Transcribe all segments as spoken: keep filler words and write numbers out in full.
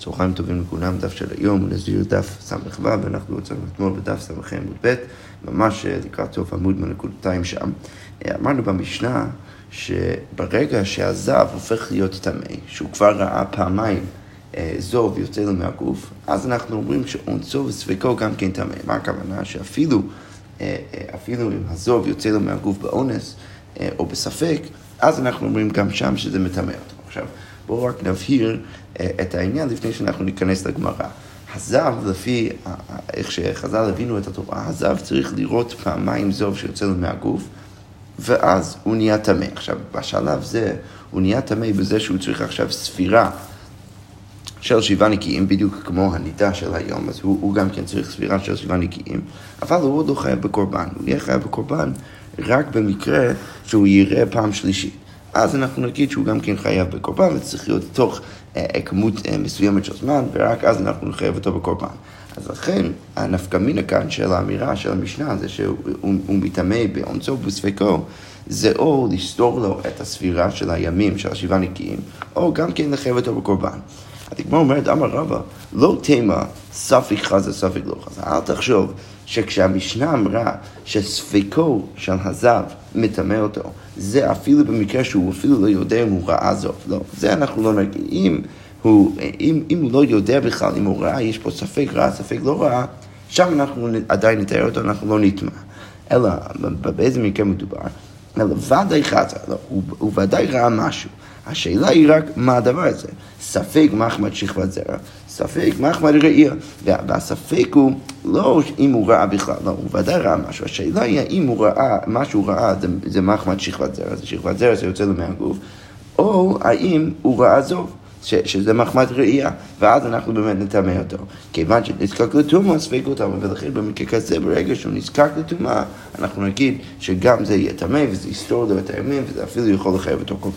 צהריים טובים לכולם, דף של היום, נסביר דף סמך ו', ואנחנו רוצים אתמול בדף סמך עמוד ב', ממש לקראת סוף עמוד בנקודתיים שם. אמרנו במשנה שברגע שהזב הופך להיות טמא, שהוא כבר ראה פעמיים זוב יוצא לו מהגוף, אז אנחנו אומרים שאונסו וספקו גם כן טמא. מה הכוונה? שאפילו אפילו אם הזוב יוצא לו מהגוף באונס או בספק, אז אנחנו אומרים גם שם שזה מטמא אותו. עכשיו, בואו רק נבהיר את העניין לפני שאנחנו ניכנס לגמרא. הזב, לפי איך שחז"ל הבינו את התורה, הזב צריך לראות פעמיים זוב שיוצא לו מהגוף, ואז הוא נהיה טמא. עכשיו, בשלב זה, הוא נהיה טמא בזה שהוא צריך עכשיו ספירה של שבעה נקיים, בדיוק כמו הנידה של היום, אז הוא, הוא גם כן צריך ספירה של שבעה נקיים, אבל הוא עוד לא חייב בקורבן. הוא יהיה חייב בקורבן רק במקרה שהוא יראה פעם שלישית. אז אנחנו נגיד שהוא גם כן חייב בקורבן, וצריך להיות תוך אה, כמות אה, מסוימת של זמן, ורק אז אנחנו נחייב אותו בקורבן. אז לכן, הנפקא מינה כאן של האמירה של המשנה, זה שהוא מתאמה באונסו ובספקו, זה או לסתור לו את הספירה של הימים של השבעה נקיים, או גם כן לחייב אותו בקורבן. הגמרא אומרת, אמר רבא, לא תימא ספק חזה ספק לא חזה. אל תחשוב שכשהמשנה אמרה שספקו של הזב מטמא אותו, זה אפילו במקרה שהוא אפילו לא יודע אם הוא ראה זוב. לא, זה אנחנו לא נגיד. אם הוא, אם, אם הוא לא יודע בכלל, אם הוא ראה, יש פה ספק ראה, ספק לא ראה, שם אנחנו עדיין נתאר אותו, אנחנו לא נטמא. אלא, באיזה מקרה מדובר? אלא ודאי חזה, לא, הוא, הוא ודאי ראה משהו. השאלה היא רק מה הדבר הזה. ספק מחמד שכבת זרע, ספק מחמד ראייה. והספק הוא לא אם הוא ראה בכלל, לא, הוא ודאי ראה משהו. השאלה היא האם הוא ראה, מה שהוא ראה זה, זה מחמד שכבת זרע, זה שכבת זרע שיוצא לו מהגוף, או האם הוא ראה זוב, ש, שזה מחמד ראייה, ואז אנחנו באמת נטמא אותו. כיוון שנזקק לטומאה, ספק אותם, ולכן במקרה כזה, ברגע שהוא נזקק לטומאה, אנחנו נגיד שגם זה יהיה טמא, וזה יסתור לו את הימים, וזה אפילו יכול לחייב אותו קורבן.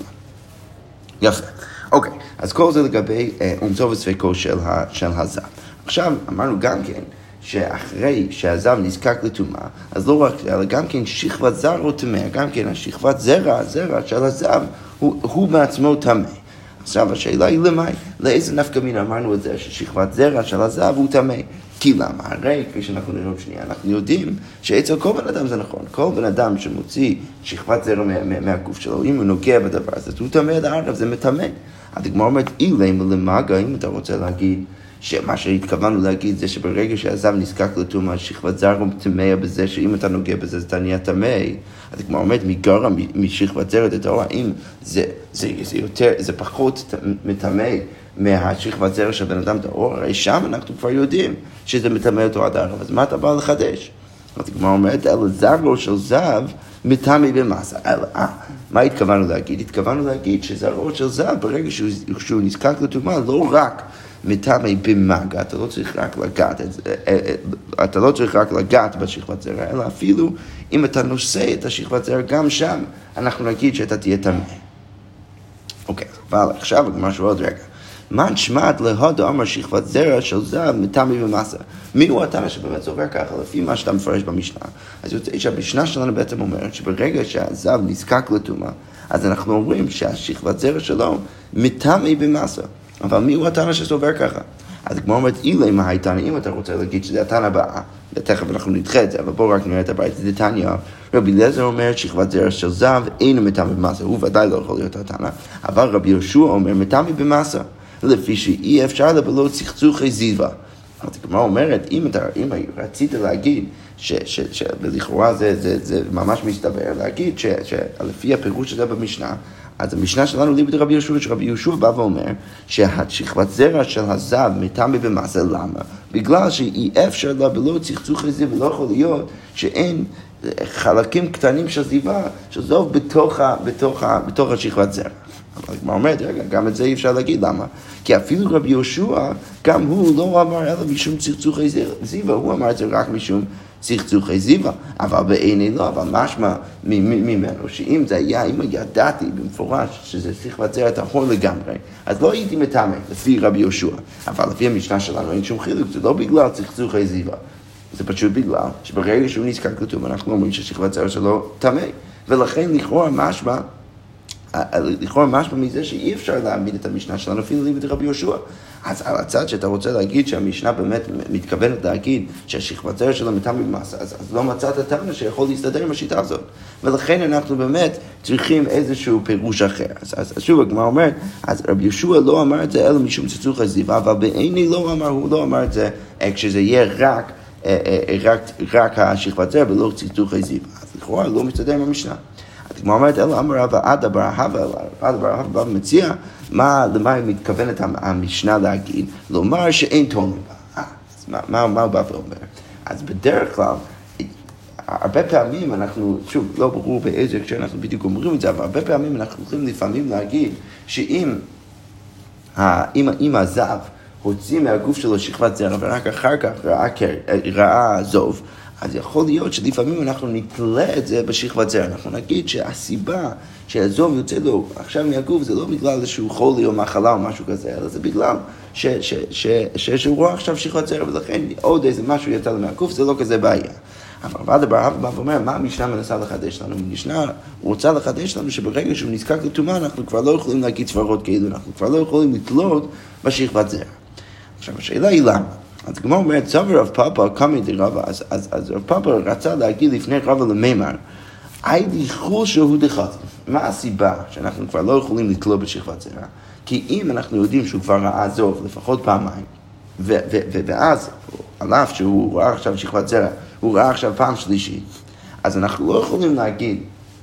יפה. אוקיי, אז כל זה לגבי אונסו וספקו של, של הזב. עכשיו, אמרנו גם כן, שאחרי שהזב נזקק לטומאה, אז לא רק, אלא גם כן שכבת זרע או טמא, גם כן השכבת זרע, הזרע של הזב, הוא, הוא בעצמו טמא. עכשיו, השאלה היא למי? לאיזה נפקא מינה אמרנו את זה, ששכבת זרע של הזב הוא טמא? כי למה? הרי, כפי שאנחנו נראה בשנייה, אנחנו יודעים שאצל כל בן אדם זה נכון. כל בן אדם שמוציא שכבת זרע מהגוף שלו, אם הוא נוגע בדבר הזה, הוא טמא עד הערב, זה מטמא. הגמרא אומרת, אילמה למגע, אם אתה רוצה להגיד שמה שהתכוונו להגיד זה שברגע שהזב נזקק לטומאה, שכבת זרע הוא טמא בזה שאם אתה נוגע בזה, אתה נהיה טמא. הגמרא אומרת, מגרע משכבת זרע לטהרה, אם זה, זה, זה, יותר, זה פחות מטמא מהשכבת זרע של בן אדם טהור, הרי שם אנחנו כבר יודעים שזה מטמא אותו עד הערב, אז מה אתה בא לחדש? אז הגמרא אומרת, אלא זרעו של זב מטמא במעשה. אה, מה התכוונו להגיד? התכוונו להגיד שזרעו של זב, ברגע שהוא, שהוא נזקק לטומאה, לא רק מטמא במגע, אתה לא צריך רק לגעת, אתה לא צריך רק לגעת בשכבת זרע, אלא אפילו אם אתה נושא את השכבת זרע, גם שם אנחנו נגיד שאתה תהיה טמא. אוקיי, אבל עכשיו הגמרא שואלת רגע. מה שמעת להודו אמר שכבת זרע של זב מטמא במעשה? מי הוא התנא שבאמת סובר ככה, לפי מה שאתה מפרש במשנה? אז יוצא שהמשנה שלנו בעצם אומרת שברגע שהזב נזקק לטומאה, אז אנחנו אומרים שהשכבת זרע שלו מטמא במעשה. אבל מי הוא התנא שסובר ככה? אז כמו אומרת, אילי מה הייתנא, אם אתה רוצה להגיד שזה התנא הבאה, ותכף אנחנו נדחה את זה, אבל בואו רק נראה את הבית, זה תניא. רבי אליעזר אומר שכבת זרע של זב אינו מטמא במעשה, הוא ודאי לא יכול להיות התנא, אבל רבי יהושע אומר מטמא במעשה. לפי שאי אפשר לבלו צחצוחי זיווה. אז הגמרא אומרת, אם אתה, אם רצית להגיד, שבלכאורה זה, זה, זה ממש מסתבר, להגיד שלפי הפירוש הזה במשנה, אז המשנה שלנו ליבד רבי יהושע, שרבי יהושע בא ואומר, שהשכבת זרע של הזב מטמא במעשה, למה? בגלל שאי אפשר לבלו צחצוחי זיווה, לא יכול להיות שאין חלקים קטנים של זיווה, שזוב בתוך, בתוך, בתוך השכבת זרע. אבל הגמרא אומרת, רגע, גם את זה אי אפשר להגיד, למה? כי אפילו רבי יהושע, גם הוא לא אמר אלא משום צחצוחי זיווה, הוא אמר את זה רק משום צחצוחי זיווה, אבל בעיני לא, אבל משמע ממנו, שאם זה היה, אם ידעתי במפורש שזה שכבת זרע טהור לגמרי, אז לא הייתי מטמא, לפי רבי יהושע, אבל לפי המשנה שלנו אין שום חילוק, זה לא בגלל צחצוחי זיווה, זה פשוט בגלל שברגע שהוא נזקק לטומאה, אנחנו אומרים ששכבת זרע שלו טמא, ולכן לכאורה משמע, לכאורה משמע מזה שאי אפשר להעמיד את המשנה שלנו אפילו לימוד רבי יהושע. אז על הצד שאתה רוצה להגיד שהמשנה באמת מתכוונת להגיד שהשכבת זרע שלה מטעם במעשה, אז, אז לא מצאת טענה שיכול להסתדר עם השיטה הזאת. ולכן אנחנו באמת צריכים איזשהו פירוש אחר. אז, אז, אז שוב, הגמרא אומרת, אז רבי יהושע לא אמר את זה אלא משום צחצוח הזיווה, אבל בעיני לא אמר, הוא לא אמר את זה כשזה יהיה רק, רק, רק השכבת זרע ולא צחצוח הזיווה. אז לכאורה לא מסתדר עם המשנה. כמו אומרת, אלא אמר רבא עדה בר אהבה, עדה בר אהבה מציע, מה, למה היא מתכוונת המשנה להגיד? לומר שאין תולים בה. אז מה, מה, מה הוא בא ואומר? אז בדרך כלל, הרבה פעמים אנחנו, שוב, לא ברור באיזה כשאנחנו בדיוק אומרים את זה, אבל הרבה פעמים אנחנו יכולים לפעמים להגיד שאם אם, אם הזב הוציא מהגוף שלו שכבת זרע ורק אחר כך ראה, ראה זוב, אז יכול להיות שלפעמים אנחנו נתלה את זה בשכבת זרע. אנחנו נגיד שהסיבה שהזוב יוצא לו עכשיו מהגוף זה לא בגלל איזשהו חולי או מחלה או משהו כזה, אלא זה בגלל ש, ש, ש, ש, שהוא רואה עכשיו שכבת זרע, ולכן עוד איזה משהו יצא לו מהגוף, זה לא כזה בעיה. אבל רבא בר אהבה בא ואומר, מה המשנה מנסה לחדש לנו? המשנה רוצה לחדש לנו שברגע שהוא נזקק לטומאה, אנחנו כבר לא יכולים להגיד סברות כאילו, אנחנו כבר לא יכולים לתלות בשכבת זרע. עכשיו, השאלה היא למה? אז כמו אומרת, סבר רב פאפא קמא דרבא, אז, אז, אז רב פאפא רצה להגיד לפני רבא למימר, היידי חול שהוא דחת. מה הסיבה שאנחנו כבר לא יכולים לתלות בשכבת זרע? כי אם אנחנו יודעים שהוא כבר ראה זוב לפחות פעמיים, ו- ו- ו- ואז, על אף שהוא ראה עכשיו שכבת זרע, הוא ראה עכשיו פעם שלישית, אז אנחנו לא יכולים להגיד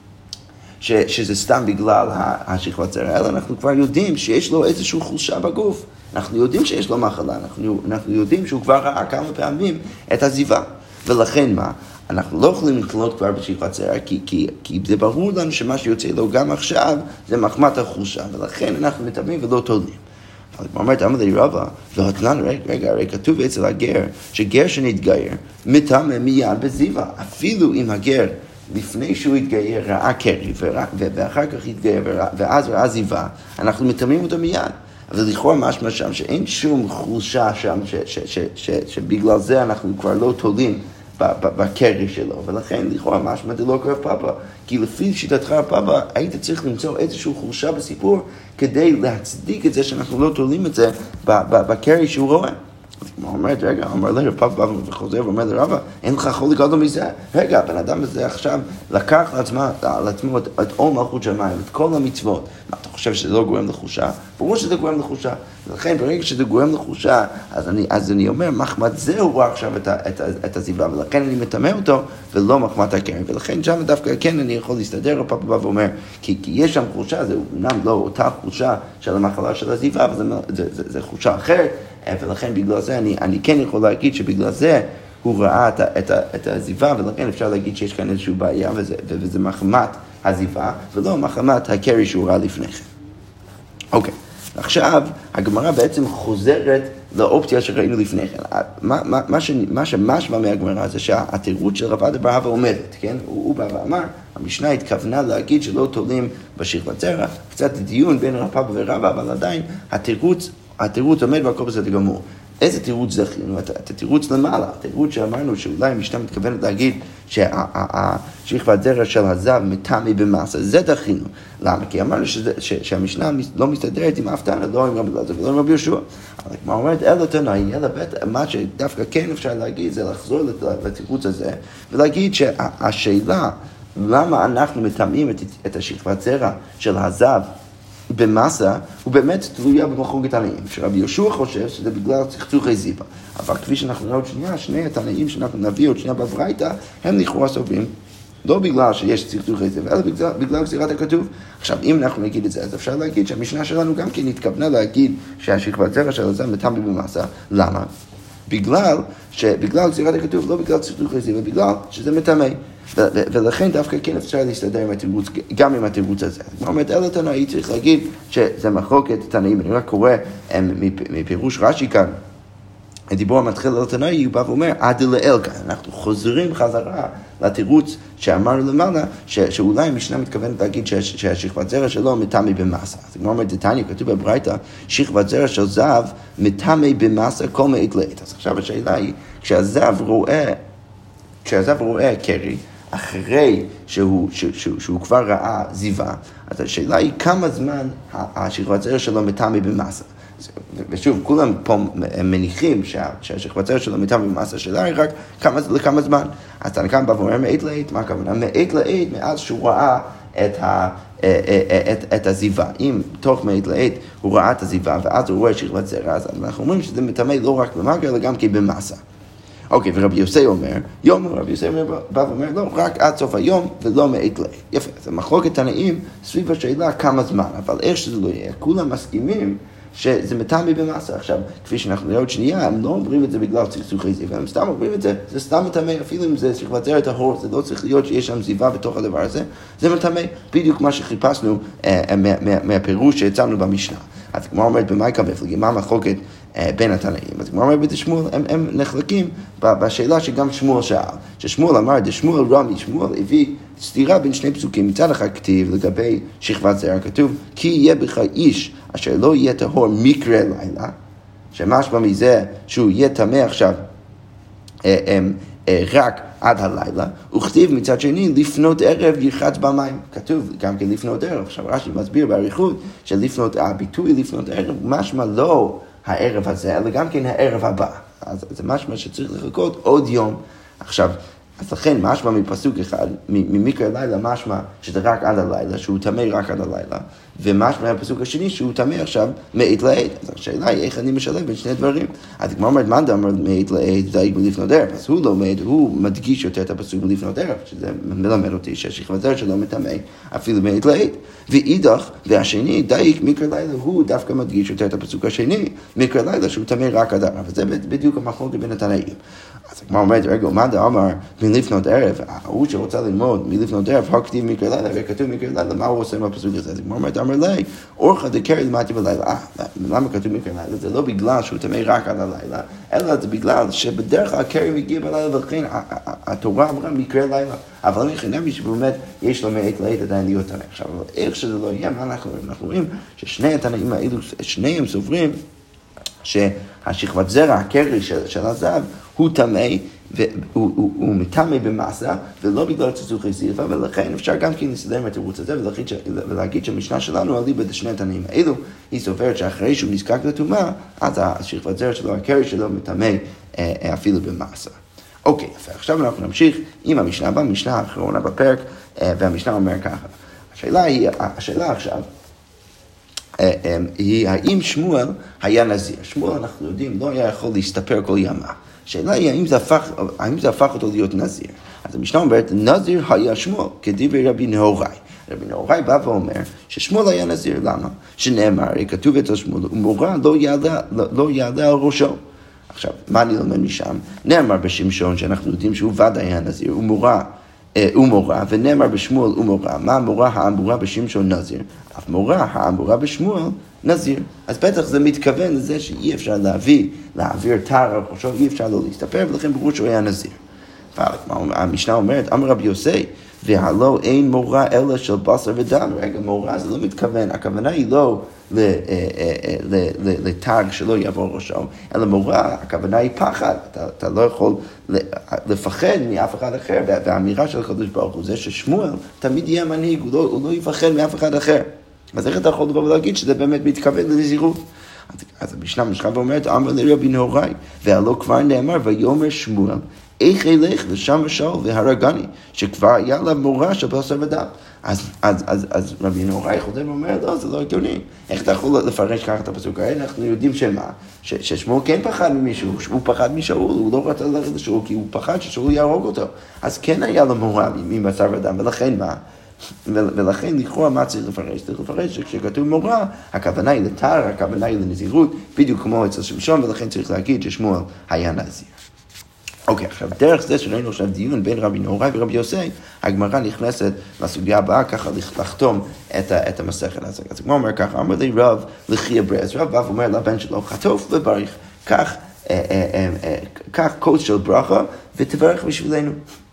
ש- שזה סתם בגלל השכבת זרע, אלא אנחנו כבר יודעים שיש לו איזושהי חולשה בגוף. אנחנו יודעים שיש לו מחלה, אנחנו, אנחנו יודעים שהוא כבר ראה כמה פעמים את הזיווה. ולכן מה? אנחנו לא יכולים לתלות כבר בשכבת זרע, כי, כי, כי זה ברור לנו שמה שיוצא לו גם עכשיו זה מחמת החולשה, ולכן אנחנו מטמאים ולא תולים. אבל כמו אומרת, אמר לי רבא, והתנן, רגע, רגע, הרי כתוב אצל הגר, שגר שנתגייר, מטמא מיד בזיווה. אפילו אם הגר, לפני שהוא התגייר, ראה קרי, ואחר כך התגייר, ואז ראה זיווה, אנחנו מטמאים אותו מיד. אבל לכאורה משמע שם שאין שום חולשה שם, ש, ש, ש, ש, שבגלל זה אנחנו כבר לא תולים בקרי שלו, ולכן לכאורה משמע זה לא קרב פאפה, כי לפי שיטתך פאפה היית צריך למצוא איזושהי חולשה בסיפור כדי להצדיק את זה שאנחנו לא תולים את זה בקרי שהוא רואה. הוא אומר, רגע, אומר לה, פאפה וחוזר ואומר לרבא, אין לך חולי גדול מזה? רגע, הבן אדם הזה עכשיו לקח לעצמו, לעצמו את, את עול מלכות שמיים, את כל המצוות. מה, אתה חושב שזה לא גורם לחושה? ברור שזה גורם לחושה. ולכן, ברגע שזה גורם לחושה, אז אני, אז אני אומר, מחמת זה הוא רואה עכשיו את, את, את הזיווה, ולכן אני מטמא אותו, ולא מחמת הקרן. ולכן שם דווקא כן אני יכול להסתדר, הפאפה בא ואומר, כי, כי יש שם חושה, זה אומנם לא אותה חושה של המחלה של הזיווה, אבל זה, זה, זה, זה חושה אחרת. ולכן בגלל זה אני, אני כן יכול להגיד שבגלל זה הוא ראה את, את, את הזיווה, ולכן אפשר להגיד שיש כאן איזושהי בעיה, וזה, וזה מחמת הזיווה, ולא מחמת הקרי שהוא ראה לפני כן. אוקיי, עכשיו הגמרא בעצם חוזרת לאופציה שראינו לפני כן. מה, מה, מה, ש, מה שמשמע מהגמרא זה שהתירוץ של רבא בר אהבה עומדת, כן? הוא, הוא בא ואמר, המשנה התכוונה להגיד שלא תולים בשכבת זרע, קצת דיון בין רבא ורבא, אבל עדיין התירוץ התירוץ עומד והכל בסדר גמור. איזה תירוץ זכינו? את התירוץ למעלה, התירוץ שאמרנו שאולי המשנה מתכוונת להגיד שהשכבת זרע של הזב מטמא במעשה, זה דחינו. למה? כי אמרנו שהמשנה לא מסתדרת עם אף טענה, לא עם רבי אלעזר ולא עם רבי יהושע. אבל כמו אומרת, אלא תנאי, אלא מה שדווקא כן אפשר להגיד זה לחזור לתירוץ הזה, ולהגיד שהשאלה למה אנחנו מטמאים את השכבת זרע של הזב במסה, הוא באמת תלויה במחלוקת תנאים, שרבי יהושע חושב שזה בגלל צחצוח הזיווה. אבל כפי שאנחנו נראה עוד שנייה, שני התנאים שאנחנו נביא עוד שנייה בברייתא, הם לכאורה סוברים, לא בגלל שיש צחצוח הזיווה, אלא בגלל, בגלל גזירת הכתוב. עכשיו, אם אנחנו נגיד את זה, אז אפשר להגיד שהמשנה שלנו גם כן התכוונה להגיד שהשכבת זרע של הזב מטמא במסה. למה? בגלל שבגלל גזירת הכתוב, לא בגלל צחצוח הזיווה, בגלל שזה מטמא. ולכן דווקא כן אפשר להסתדר עם התירוץ, גם עם התירוץ הזה. כמו אומרת, אלא תנאי, צריך להגיד שזה מחלוקת תנאים. אני רק קורא מפירוש רש"י כאן, הדיבור המתחיל אלא תנאי, הוא בא ואומר, עד לאל כאן. אנחנו חוזרים חזרה לתירוץ שאמרנו למעלה, שאולי המשנה מתכוונת להגיד שהשכבת זרע שלו מטמא במסה. אז כמו אומרת, דתניא, כתוב בברייתא, שכבת זרע של זב מטמא במסה כל מעת לעת. אז עכשיו השאלה היא, כשהזב רואה כשהזב רואה קרי, אחרי שהוא, שהוא, שהוא, שהוא כבר ראה זיווה, אז השאלה היא כמה זמן השכבת זרע שלו מטמא במסה. ושוב, כולם פה מניחים שהשכבת זרע שלו מטמא במסה, השאלה היא רק כמה, לכמה זמן. אז תנא קמא בא ואומר מעת לעת, מה הכוונה? מעת לעת, מאז שהוא ראה את ה... את, את הזיווה. אם תוך מעת לעת הוא ראה את הזיווה, ואז הוא רואה שכבת זרע, אז אנחנו אומרים שזה מטמא לא רק במגע, אלא גם כן במסה. אוקיי, ורבי יוסי אומר, יום רבי יוסי בא ואומר, לא, רק עד סוף היום ולא מעת לעת. יפה, אז המחלוקת תנאים סביב השאלה כמה זמן, אבל איך שזה לא יהיה, כולם מסכימים שזה מטמא במסה. עכשיו, כפי שאנחנו נראה עוד שנייה, הם לא אומרים את זה בגלל סכסוכי זיווה, הם סתם אומרים את זה, זה סתם מטמא, אפילו אם זה שכבת זרע טהור, זה לא צריך להיות שיש שם זיווה בתוך הדבר הזה, זה מטמא, בדיוק מה שחיפשנו אה, מה, מה, מהפירוש שהצענו במשנה. אז כמו אומרת במייקה מפלגים, מה המחלוקת אה, בין התנאים? אז כמו אומרת בתשמואל, הם, הם נחלקים בשאלה שגם שמואל שאל, ששמואל אמר, דשמואל רמי, שמואל הביא סתירה בין שני פסוקים, מצד אחד כתיב לגבי שכבת זרע, כתוב, כי יהיה בך איש אשר לא יהיה טהור מקרה לילה, שמשמע מזה שהוא יהיה טמא עכשיו אה, אה, אה, רק עד הלילה, וכתיב מצד שני לפנות ערב ירחץ במים, כתוב גם כן לפנות ערב. עכשיו רש"י מסביר בעריכות שלפנות, הביטוי לפנות ערב משמע לא הערב הזה, אלא גם כן הערב הבא, אז זה משמע שצריך לחכות עוד יום. עכשיו אז לכן משמע מפסוק אחד, ממקרה לילה משמע שזה רק עד הלילה, שהוא טמא רק עד הלילה, ומשמע מהפסוק השני שהוא טמא עכשיו מעת לעת. אז השאלה היא איך אני משלב בין שני דברים. אז כמו אומרת מאן דאמר מעת לעת דייק בלפנות ערב, אז הוא לומד, הוא מדגיש יותר את הפסוק בלפנות ערב, שזה מלמד אותי שהשכבת זרע שלו מטמא אפילו מעת לעת. ואידך, והשני דייק מקרה לילה, הוא דווקא מדגיש יותר את הפסוק השני, מקרה לילה שהוא טמא רק עד ערב, וזה בדיוק המחלוקת בין התנאים. אז כמו אומרת, רגע, מאן דאמר מלפנות ערב, הוא שרוצה ללמוד מלפנות ערב, הכתיב מקרה לילה, וכתוב מקרה לילה, מה הוא עושה מהפסוק הזה? אז כמו אומרת, אמר לי, אורחא דקרי למדתי בלילה. אה, למה כתוב מקרה לילה? זה לא בגלל שהוא טמא רק עד הלילה, אלא זה בגלל שבדרך כלל הקרי מגיע בלילה, ולכן התורה אמרה מקרה לילה. אבל אני חינם שבאמת יש לו מעת לעת עדיין להיות טמא. עכשיו, איך שזה לא יהיה, מה אנחנו רואים? אנחנו רואים ששני התנאים האלו, שניהם סוברים שהשכבת זרע, הקרי של, של הזהב, הוא טמא, והוא מטמא במסה, ולא בגלל סכסוכי זיווה, ולכן אפשר גם כן לסדר עם התירוץ הזה, ולהגיד שהמשנה שלנו אליבא דשני התנאים האלו, היא סוברת שאחרי שהוא נזקק לטומאה, אז השכבת זרע שלו, הקרי שלו, מטמא אפילו במסה. אוקיי, עכשיו אנחנו נמשיך עם המשנה הבאה, המשנה האחרונה בפרק, והמשנה אומר ככה. השאלה היא, השאלה עכשיו, היא האם שמואל היה נזיר. שמואל אנחנו יודעים לא היה יכול להסתפר כל ימה. השאלה היא האם זה הפך, האם זה הפך אותו להיות נזיר. אז המשנה אומרת, נזיר היה שמואל, כדברי רבי נהוראי. רבי נהוראי בא ואומר ששמואל היה נזיר. למה? שנאמר, כתוב אצל שמואל, ומורה לא יעלה, לא יעלה על ראשו. עכשיו, מה אני לומד משם? נאמר בשמשון שאנחנו יודעים שהוא ודאי היה נזיר, ומורה, ומורה, ונאמר בשמואל ומורה. מה המורה האמורה בשמשון נזיר? אף מורה האמורה בשמואל נזיר. אז בטח זה מתכוון לזה שאי אפשר להביא, להעביר תר על ראשו, אי אפשר לא להסתפר, ולכן ברור שהוא היה נזיר. המשנה אומרת, אמר רבי יוסי, והלא אין מורה אלא של בשר ודם. רגע, מורה זה לא מתכוון, הכוונה היא לא לתג שלא יעבור ראשו, אלא מורה, הכוונה היא פחד. אתה, אתה לא יכול לפחד מאף אחד אחר, והאמירה של הקדוש ברוך הוא זה ששמואל תמיד יהיה מנהיג, הוא לא, הוא לא יפחד מאף אחד אחר. אז איך אתה יכול לבוא ולהגיד שזה באמת מתכוון לנזירות? אז המשנה משנה ואומרת, אמר לרבי נהוראי, והלא כבר נאמר, ויאמר שמואל, איך אלך לשם ושאול והרגני, שכבר היה לה מורה של בשר ודם. אז, אז, אז, אז רבי נהוראי חוזר ואומר, לא, זה לא הגיוני. איך אתה יכול לפרש ככה את הפסוק האלה? אנחנו יודעים שמה? ש, ששמואל כן פחד ממישהו, הוא פחד משאול, הוא לא רצה ללכת לשאול, כי הוא פחד ששאול יהרוג אותו. אז כן היה לה מורה מבשר ודם, ולכן מה? ולכן לכאורה מה צריך לפרש? צריך לפרש שכשכתוב מורה, הכוונה היא לתר, הכוונה היא לנזירות, בדיוק כמו אצל שמשון, ולכן צריך להגיד ששמואל היה נזיר. אוקיי, עכשיו דרך זה שראינו עכשיו דיון בין רבי נהוראי ורבי יוסי, הגמרא נכנסת לסוגיה הבאה ככה לחתום את, את המסכת הזה. אז כמו אומר ככה, אמר לי רב לחייה ברז, רב בא ואומר לבן שלו, חטוף ובריך, כך, כך קוץ של ברכה ותברך בשבילנו.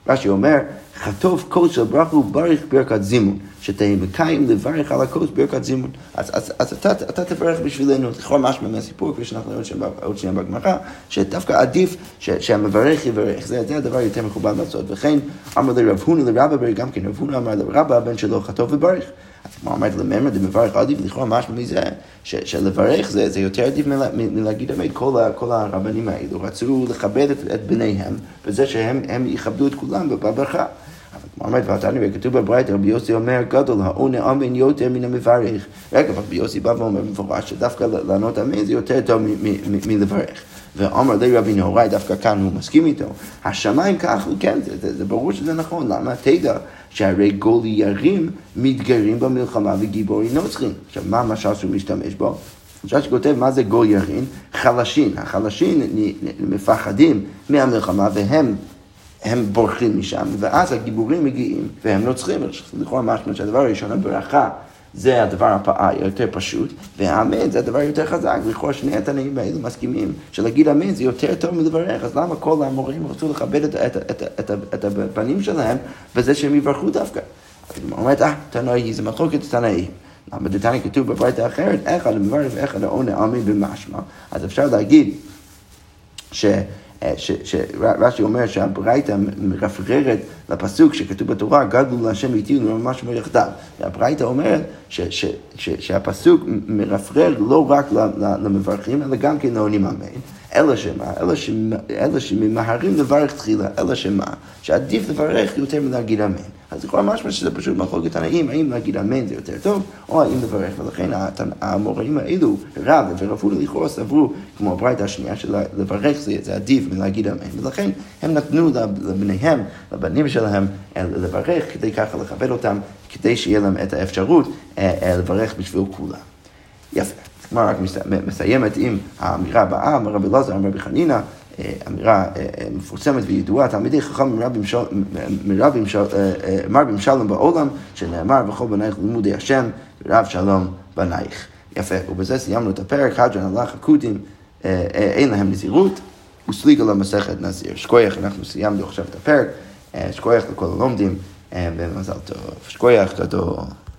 רש"י אומר, חטוף כוס של ברכה וברך ברכת זימון, שתהיה מקיים לברך על הכוס ברכת זימון. אז, אז, אז אתה, אתה תברך בשבילנו, לכאורה משמע מהסיפור, כפי שאנחנו עוד שנייה בגמרא, שדווקא עדיף ש, שהמברך יברך, זה, זה הדבר יותר מכובד לעשות. וכן, אמר לרב הונא לרבא, גם כן רב הונא אמר לרבא, הבן שלו חטוף וברך. אז כמו אמרת למאמר, דמברך עדיף, לכאורה משמע מזה, ש, שלברך זה, זה יותר עדיף מלה, מלהגיד אמת. כל, כל הרבנים האלו רצו לכבד את, את בניהם, בזה שהם הם יכבדו את כולם בברכה. אבל כמו אומרת, ואתה נראה, כתוב בברייתא, רבי יוסי אומר, גדול, העונה אמן יותר מן המברך. רגע, רבי יוסי בא ואומר מפורש, שדווקא לענות אמן זה יותר טוב מלברך. ואומר לי רבי נהוראי, דווקא כאן הוא מסכים איתו, השמיים כך, כן, זה, זה, זה ברור שזה נכון. למה? תדע שהרי גוליירים מתגרים במלחמה וגיבורים נוצחים. עכשיו, מה המשל שהוא משתמש בו? עכשיו שכותב מה זה גוליירים? חלשים. החלשים מפחדים מהמלחמה והם הם בורחים משם, ואז הגיבורים מגיעים והם נוצחים. לכאורה משמע שהדבר הראשון, הברכה, זה הדבר היותר פשוט, והאמן זה הדבר יותר חזק. לכאורה שני התנאים האלו מסכימים שלהגיד אמן זה יותר טוב מלברך. אז למה כל המורים רצו לכבד את, את, את, את, את הבנים שלהם בזה שהם יברכו דווקא? אז היא אומרת, אה, תנאי, זה מחלוקת תנאים. למה בתנאי כתוב בברייתא אחרת, אחד המברך ואחד העונה אמן במשמע. אז אפשר להגיד ש... שרש"י אומר שהברייתא מרפררת לפסוק שכתוב בתורה, גדלו להשם איתי וממש יחדיו. והברייתא אומרת שהפסוק מרפרר לא רק למברכים, אלא גם כן לעונים אמן. אלא שמה, אלא שממהרים לברך תחילה, אלא שמה, שעדיף לברך יותר מלהגיד אמן. אז לכאורה משמע שזה פשוט מחלוקת תנאים, האם להגיד אמן זה יותר טוב, או האם לברך. ולכן המוראים האלו, רב ורב הונא לכאורה סברו, כמו הברייתא השנייה, שלברך זה, זה עדיף מלהגיד אמן. ולכן הם נתנו לבניהם, לבנים שלהם, לברך, כדי ככה לכבד אותם, כדי שיהיה להם את האפשרות לברך בשביל כולם. יפה. כלומר, רק מסיימת עם האמירה הבאה, אמר רבי אלעזר, אמר רבי חנינא, אמירה מפורסמת וידועה, תלמידי חכם מרבים שלום בעולם, שנאמר וכל בנייך לימודי השם, ורב שלום בנייך. יפה, ובזה סיימנו את הפרק, הג'ן הלך הקודים, אין להם נזירות, וסליגה למסכת נזיר. שקוייך, אנחנו סיימנו עכשיו את הפרק, שקוייך לכל הלומדים, ומזל טוב. שקוייך, תודה.